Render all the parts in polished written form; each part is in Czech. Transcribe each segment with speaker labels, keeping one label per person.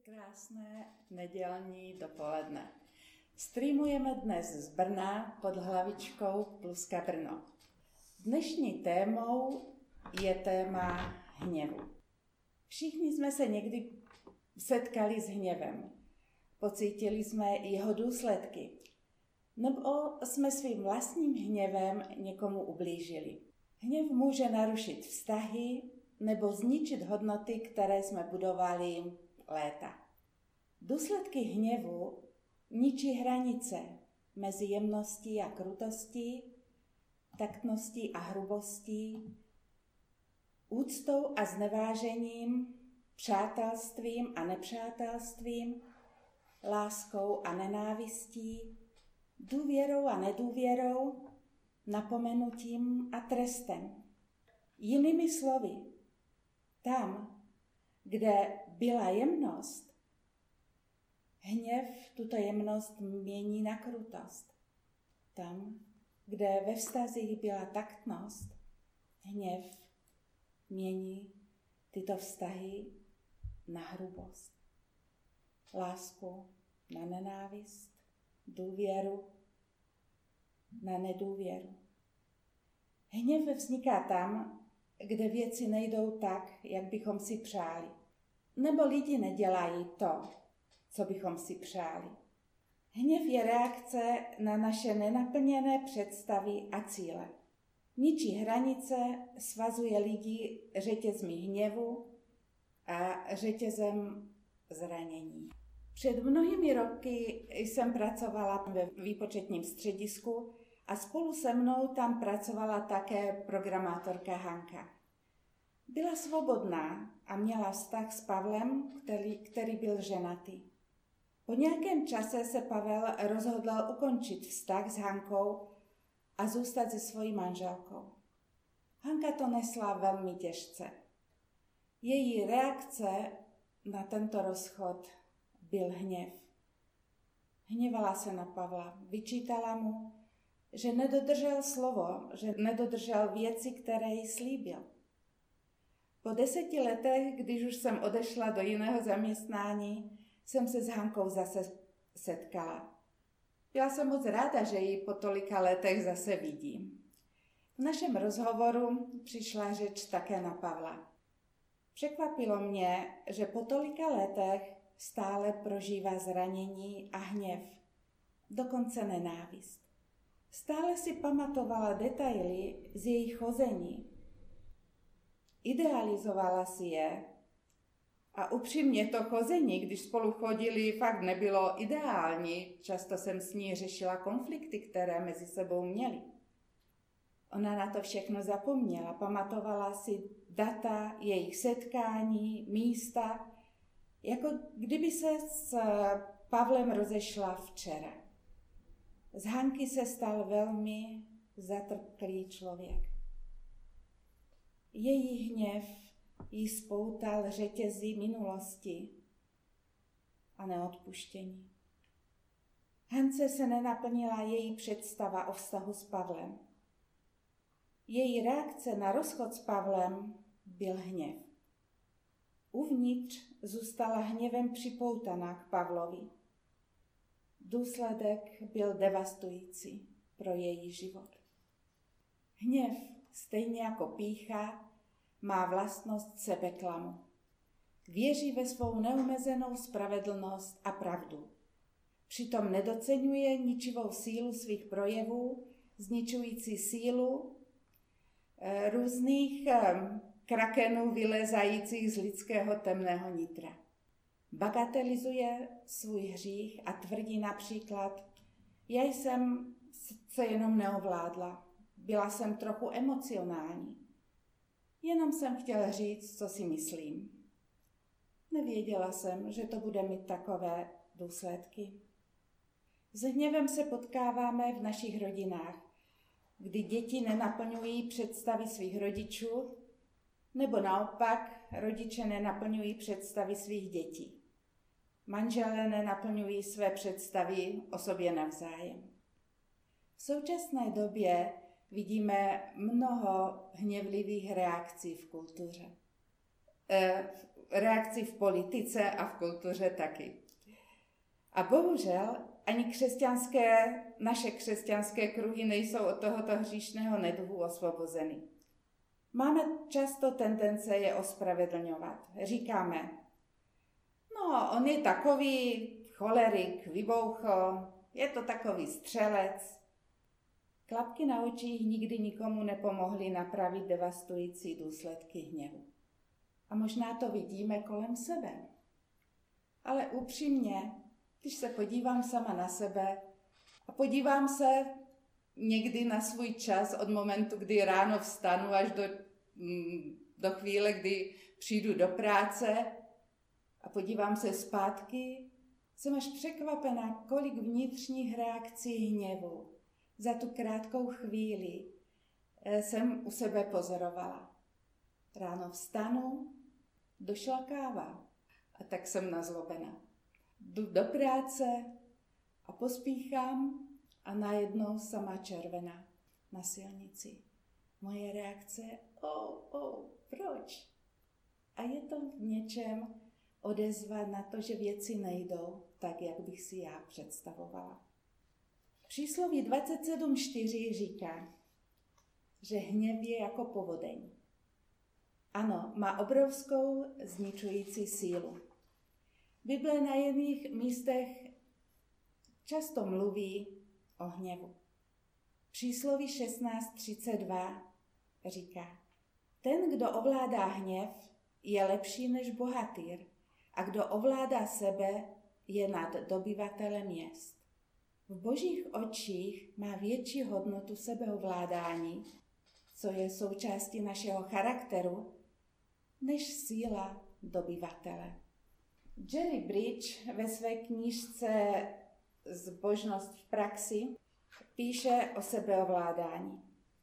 Speaker 1: Krásné nedělní dopoledne. Streamujeme dnes z Brna pod hlavičkou Pluska Brno. Dnešní témou je téma hněvu. Všichni jsme se někdy setkali s hněvem. Pocítili jsme jeho důsledky. Nebo jsme svým vlastním hněvem někomu ublížili. Hněv může narušit vztahy nebo zničit hodnoty, které jsme budovali léta. Důsledky hněvu ničí hranice mezi jemností a krutostí, taktností a hrubostí, úctou a znevážením, přátelstvím a nepřátelstvím, láskou a nenávistí, důvěrou a nedůvěrou, napomenutím a trestem. Jinými slovy, tam, kde byla jemnost, hněv tuto jemnost mění na krutost. Tam, kde ve vztazích byla taktnost, hněv mění tyto vztahy na hrubost. Lásku na nenávist, důvěru na nedůvěru. Hněv vzniká tam, kde věci nejdou tak, jak bychom si přáli. Nebo lidi nedělají to, co bychom si přáli. Hněv je reakce na naše nenaplněné představy a cíle. Ničí hranice, svazuje lidi řetězmi hněvu a řetězem zranění. Před mnohými roky jsem pracovala ve výpočetním středisku a spolu se mnou tam pracovala také programátorka Hanka. Byla svobodná a měla vztah s Pavlem, který byl ženatý. Po nějakém čase se Pavel rozhodl ukončit vztah s Hankou a zůstat se svojí manželkou. Hanka to nesla velmi těžce. Její reakce na tento rozchod byl hněv. Hněvala se na Pavla, vyčítala mu, že nedodržel slovo, že nedodržel věci, které jí slíbil. Po 10 letech, když už jsem odešla do jiného zaměstnání, jsem se s Hankou zase setkala. Byla jsem moc ráda, že ji po tolika letech zase vidím. V našem rozhovoru přišla řeč také na Pavla. Překvapilo mě, že po tolika letech stále prožívá zranění a hněv, dokonce nenávist. Stále si pamatovala detaily z jejich chození. Idealizovala si je a upřímně to chození, když spolu chodili, fakt nebylo ideální. Často jsem s ní řešila konflikty, které mezi sebou měli. Ona na to všechno zapomněla, pamatovala si data jejich setkání, místa, jako kdyby se s Pavlem rozešla včera. Z Hanky se stal velmi zatrpklý člověk. Její hněv jí spoutal řetězy minulosti a neodpuštění. Hance se nenaplnila její představa o vztahu s Pavlem. Její reakce na rozchod s Pavlem byl hněv. Uvnitř zůstala hněvem připoutaná k Pavlovi. Důsledek byl devastující pro její život. Hněv, stejně jako pýcha, má vlastnost sebeklamu. Věří ve svou neomezenou spravedlnost a pravdu. Přitom nedoceňuje ničivou sílu svých projevů, zničující sílu různých krakenů vylezajících z lidského temného nitra. Bagatelizuje svůj hřích a tvrdí například, já jsem se jenom neovládla, byla jsem trochu emocionální. Jenom jsem chtěla říct, co si myslím. Nevěděla jsem, že to bude mít takové důsledky. S hněvem se potkáváme v našich rodinách, kdy děti nenaplňují představy svých rodičů, nebo naopak rodiče nenaplňují představy svých dětí. Manželé nenaplňují své představy o sobě navzájem. V současné době vidíme mnoho hněvlivých reakcí v kultuře. reakci v politice a v kultuře taky. A bohužel ani naše křesťanské kruhy nejsou od tohoto hříšného neduhu osvobozeny. Máme často tendence je ospravedlňovat. Říkáme, no, on je takový cholerik, vyboucho, je to takový střelec. Klapky na očích nikdy nikomu nepomohly napravit devastující důsledky hněvu. A možná to vidíme kolem sebe. Ale upřímně, když se podívám sama na sebe a podívám se někdy na svůj čas od momentu, kdy ráno vstanu až do chvíle, kdy přijdu do práce a podívám se zpátky, jsem až překvapena, kolik vnitřních reakcí hněvu za tu krátkou chvíli jsem u sebe pozorovala. Ráno vstanu, došla káva a tak jsem nazlobena. Jdu do práce a pospíchám a najednou sama červená na silnici. Moje reakce je, proč? A je to v něčem odezva na to, že věci nejdou tak, jak bych si já představovala. Přísloví 27.4 říká, že hněv je jako povodeň. Ano, má obrovskou zničující sílu. Bible na jiných místech často mluví o hněvu. Přísloví 16.32 říká, ten, kdo ovládá hněv, je lepší než bohatýr a kdo ovládá sebe, je nad dobyvatelem měst. V božích očích má větší hodnotu sebeovládání, co je součástí našeho charakteru, než síla dobyvatele. Jerry Bridge ve své knížce Zbožnost v praxi píše o sebeovládání.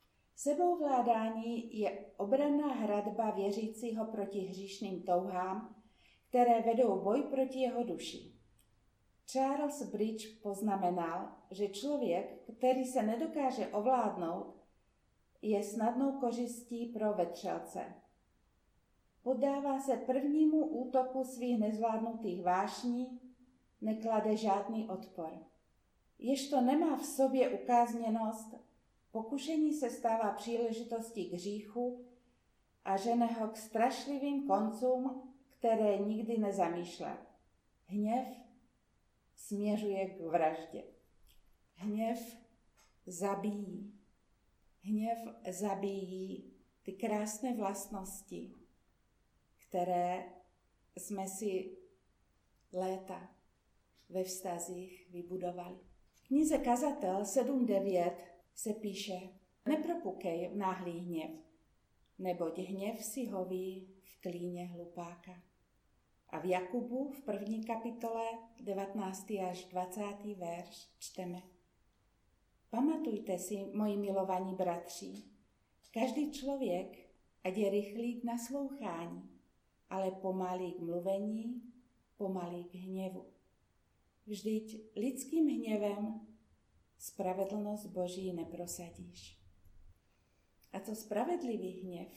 Speaker 1: Sebeovládání je obranná hradba věřícího proti hříšným touhám, které vedou boj proti jeho duši. Charles Bridge poznamenal, že člověk, který se nedokáže ovládnout, je snadnou kořistí pro vetřelce. Poddává se prvnímu útoku svých nezvládnutých vášní, neklade žádný odpor. Ježto nemá v sobě ukázněnost, pokušení se stává příležitostí k hříchu a žene ho k strašlivým koncům, které nikdy nezamýšlel. Hněv směřuje k vraždě. Hněv zabíjí. Hněv zabíjí ty krásné vlastnosti, které jsme si léta ve vztazích vybudovali. V knize Kazatel 7.9 se píše, nepropukej náhlý hněv, neboť hněv si hoví v klíně hlupáka. A v Jakubu v 1. kapitole 19. až 20. verš čteme. Pamatujte si, moji milovaní bratři, každý člověk, ať je rychlý k naslouchání, ale pomalý k mluvení, pomalý k hněvu. Vždyť lidským hněvem spravedlnost Boží neprosadíš. A co spravedlivý hněv?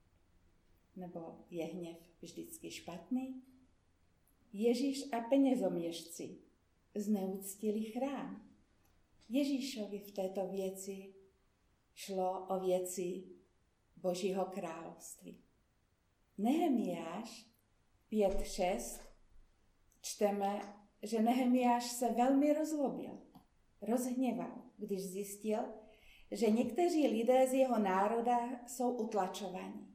Speaker 1: Nebo je hněv vždycky špatný? Ježíš a penězoměšci zneuctili chrám. Ježíšovi v této věci šlo o věci Božího království. Nehemiáš 5.6 čteme, že Nehemiáš se velmi rozhněval, když zjistil, že někteří lidé z jeho národa jsou utlačovaní.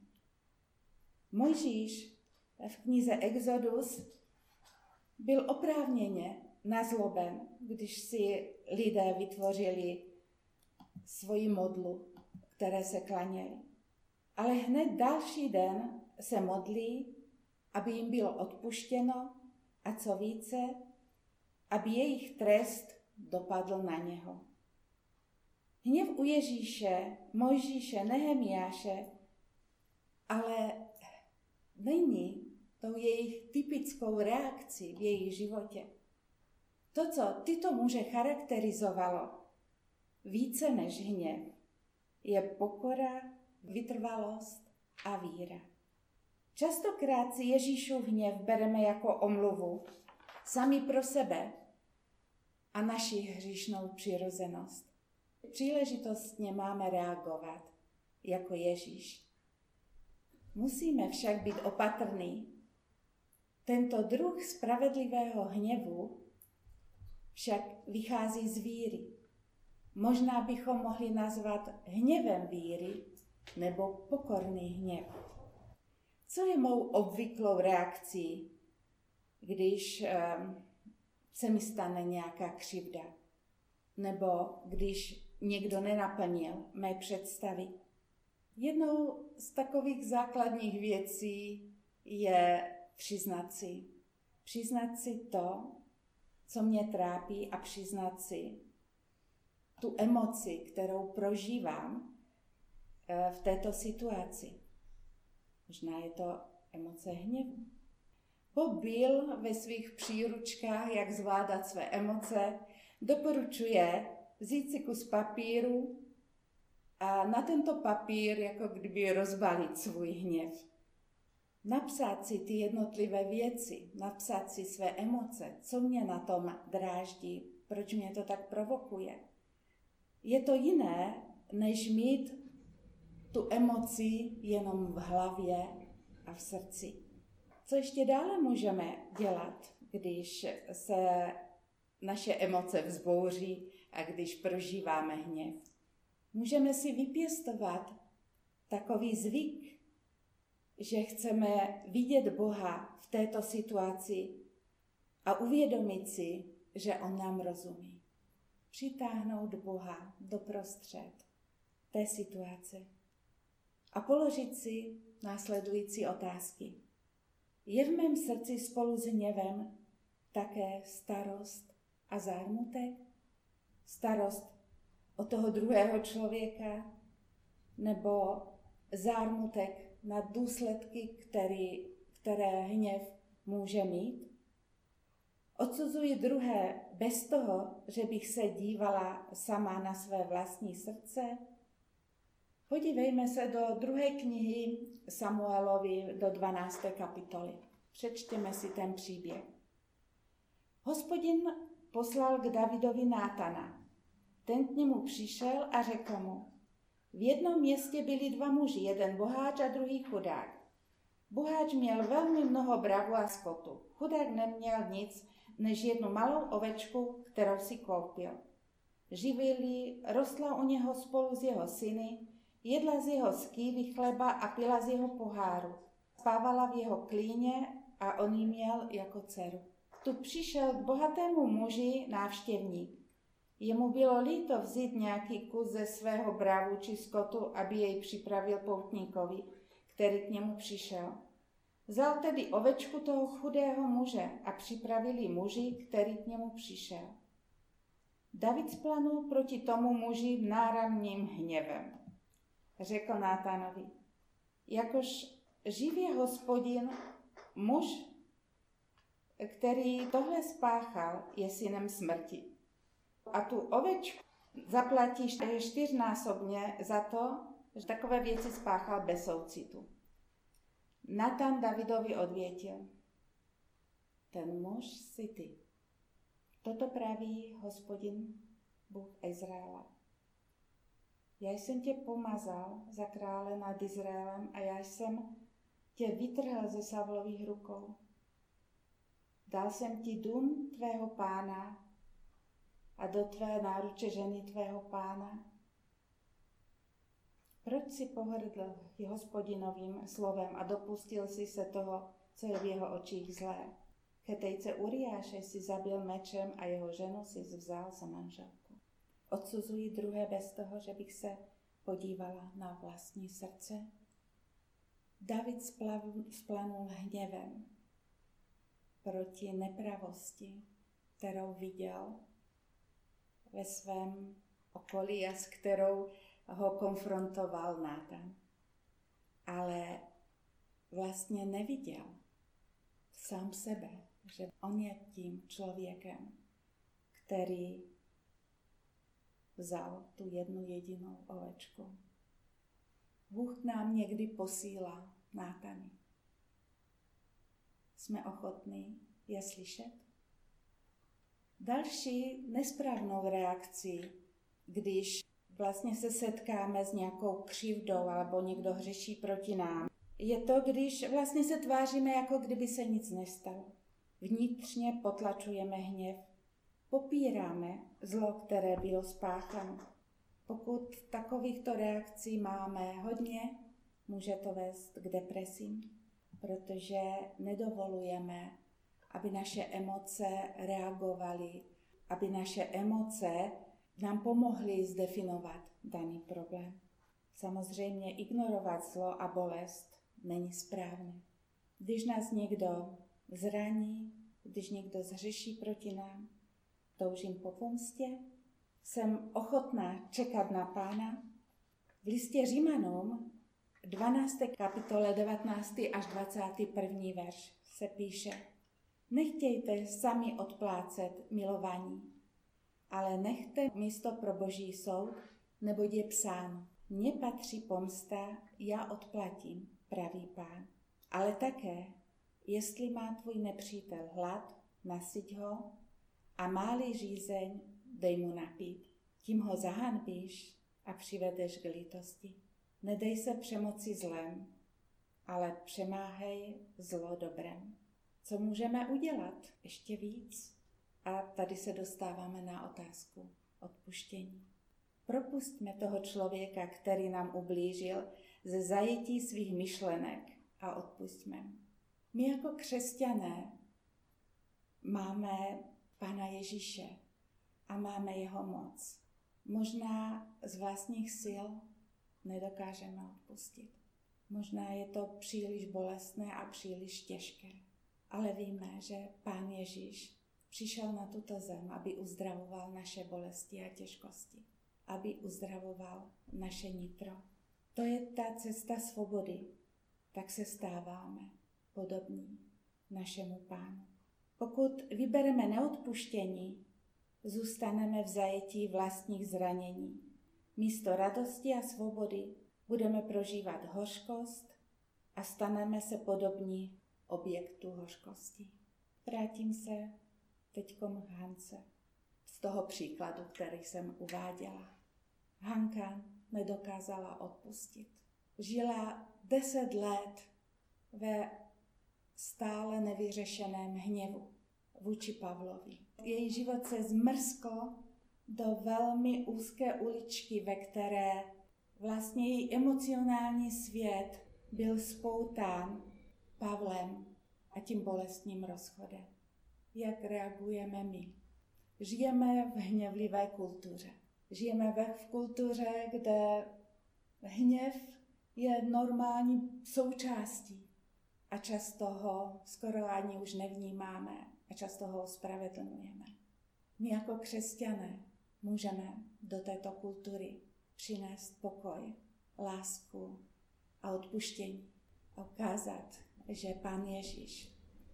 Speaker 1: Mojžíš v knize Exodus byl oprávněně nazloben, když si lidé vytvořili svoji modlu, které se klaněli. Ale hned další den se modlí, aby jim bylo odpuštěno a co více, aby jejich trest dopadl na něho. Hněv u Ježíše, Mojžíše, Nehemiáše, ale není tou jejich typickou reakcí v jejich životě. To, co tyto muže charakterizovalo více než hněv, je pokora, vytrvalost a víra. Častokrát si Ježíšův hněv bereme jako omluvu, sami pro sebe a naši hříšnou přirozenost. Příležitostně máme reagovat jako Ježíš. Musíme však být opatrní. Tento druh spravedlivého hněvu však vychází z víry. Možná bychom mohli nazvat hněvem víry nebo pokorný hněv. Co je mou obvyklou reakcí, když se mi stane nějaká křivda? Nebo když někdo nenaplnil mé představy? Jednou z takových základních věcí je přiznat si. Přiznat si to, co mě trápí, a přiznat si tu emoci, kterou prožívám v této situaci. Možná je to emoce hněvu. Bob Bill ve svých příručkách, jak zvládat své emoce, doporučuje vzít si kus papíru a na tento papír jako kdyby rozbalit svůj hněv. Napsat si ty jednotlivé věci, napsat si své emoce, co mě na tom dráždí, proč mě to tak provokuje. Je to jiné, než mít tu emoci jenom v hlavě a v srdci. Co ještě dále můžeme dělat, když se naše emoce vzbouří a když prožíváme hněv? Můžeme si vypěstovat takový zvyk, že chceme vidět Boha v této situaci a uvědomit si, že On nám rozumí. Přitáhnout Boha doprostřed té situace a položit si následující otázky. Je v mém srdci spolu s hněvem také starost a zármutek? Starost o toho druhého člověka nebo zármutek nad důsledky, které hněv může mít? Odsuzuji druhé bez toho, že bych se dívala sama na své vlastní srdce? Podívejme se do 2. knihy Samuelovi do 12. kapitoly. Přečtěme si ten příběh. Hospodin poslal k Davidovi Nátana. Ten k němu přišel a řekl mu: v jednom městě byli 2 muži, jeden boháč a druhý chudák. Boháč měl velmi mnoho bravu a skotu. Chudák neměl nic, než jednu malou ovečku, kterou si koupil. Živili, rostla u něho spolu s jeho syny, jedla z jeho skývy chleba a pila z jeho poháru. Spávala v jeho klíně a on ji měl jako dceru. Tu přišel k bohatému muži návštěvník. Jemu bylo líto vzít nějaký kus ze svého bravu či skotu, aby jej připravil poutníkovi, který k němu přišel. Vzal tedy ovečku toho chudého muže a připravil ji muži, který k němu přišel. David splanul proti tomu muži náramným hněvem. Řekl Nátánovi: jakož živ je Hospodin, muž, který tohle spáchal, je synem smrti. A tu ovečku zaplatíš 4násobně za to, že takové věci spáchal bez soucitu. Natan Davidovi odvětil: ten muž jsi ty. Toto praví Hospodin, Bůh Izraela. Já jsem tě pomazal za krále nad Izraelem a já jsem tě vytrhl ze Savlových rukou. Dal jsem ti dům tvého pána a do tvé náruče ženy tvého pána. Proč si pohrdl Hospodinovým slovem a dopustil si se toho, co je v jeho očích zlé? Chetejce Uriáše si zabil mečem a jeho ženu si vzal za manželku. Odsuzuji druhé bez toho, že bych se podívala na vlastní srdce. David splanul hněvem proti nepravosti, kterou viděl ve svém okolí a s kterou ho konfrontoval Nátan. Ale vlastně neviděl sám sebe, že on je tím člověkem, který vzal tu jednu jedinou ovečku. Bůh nám někdy posílá Nátany. jsme ochotní je slyšet? Další nesprávnou reakcí, když vlastně se setkáme s nějakou křivdou alebo někdo hřeší proti nám, je to, když vlastně se tváříme, jako kdyby se nic nestalo. Vnitřně potlačujeme hněv, popíráme zlo, které bylo spácháno. Pokud takovýchto reakcí máme hodně, může to vést k depresím, protože nedovolujeme, aby naše emoce reagovaly, aby emoce nám pomohly zdefinovat daný problém. Samozřejmě ignorovat zlo a bolest není správné. Když nás někdo zraní, když někdo zhřeší proti nám, toužím po pomstě, jsem ochotná čekat na Pána. V listě Římanům 12. kapitole 19. až 21. verš se píše: Nechtějte sami odplácet milovaní, ale nechte místo pro Boží soud, neboť je psáno: Mně patří pomsta, já odplatím, pravý Pán. Ale také, jestli má tvůj nepřítel hlad, nasyť ho, a má-li žízeň, dej mu napít. Tím ho zahanbíš a přivedeš k lítosti. Nedej se přemoci zlem, ale přemáhej zlo dobrem. Co můžeme udělat? Ještě víc. A tady se dostáváme na otázku odpuštění. Propustme toho člověka, který nám ublížil, ze zajetí svých myšlenek a odpustme. My jako křesťané máme Pána Ježíše a máme jeho moc. Možná z vlastních sil nedokážeme odpustit. Možná je to příliš bolestné a příliš těžké. Ale víme, že Pán Ježíš přišel na tuto zem, aby uzdravoval naše bolesti a těžkosti. Aby uzdravoval naše nitro. To je ta cesta svobody. Tak se stáváme podobní našemu Pánu. Pokud vybereme neodpuštění, zůstaneme v zajetí vlastních zranění. Místo radosti a svobody budeme prožívat hořkost a staneme se podobní objektu hořkosti. Vrátím se teďkom k Hance. Z toho příkladu, který jsem uváděla. Hanka nedokázala odpustit. Žila 10 let ve stále nevyřešeném hněvu vůči Pavlovi. Její život se zmrskl do velmi úzké uličky, ve které vlastně její emocionální svět byl spoután Pavlem a tím bolestným rozchodem. Jak reagujeme my? Žijeme v hněvlivé kultuře. Žijeme v kultuře, kde hněv je normální součástí a často ho skoro ani už nevnímáme a často ho ospravedlňujeme. My jako křesťané můžeme do této kultury přinést pokoj, lásku a odpuštění. A ukázat, že Pán Ježíš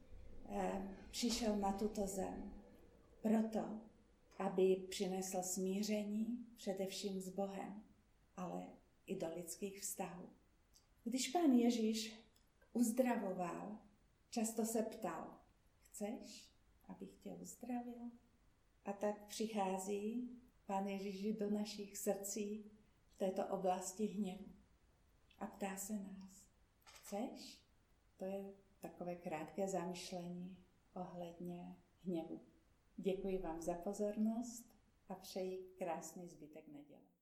Speaker 1: přišel na tuto zem proto, aby přinesl smíření především s Bohem, ale i do lidských vztahů. Když Pán Ježíš uzdravoval, často se ptal: chceš, abych tě uzdravil? A tak přichází Pán Ježíš do našich srdcí v této oblasti hněvu a ptá se nás: chceš? To je takové krátké zamyšlení ohledně hněvu. Děkuji vám za pozornost a přeji krásný zbytek neděle.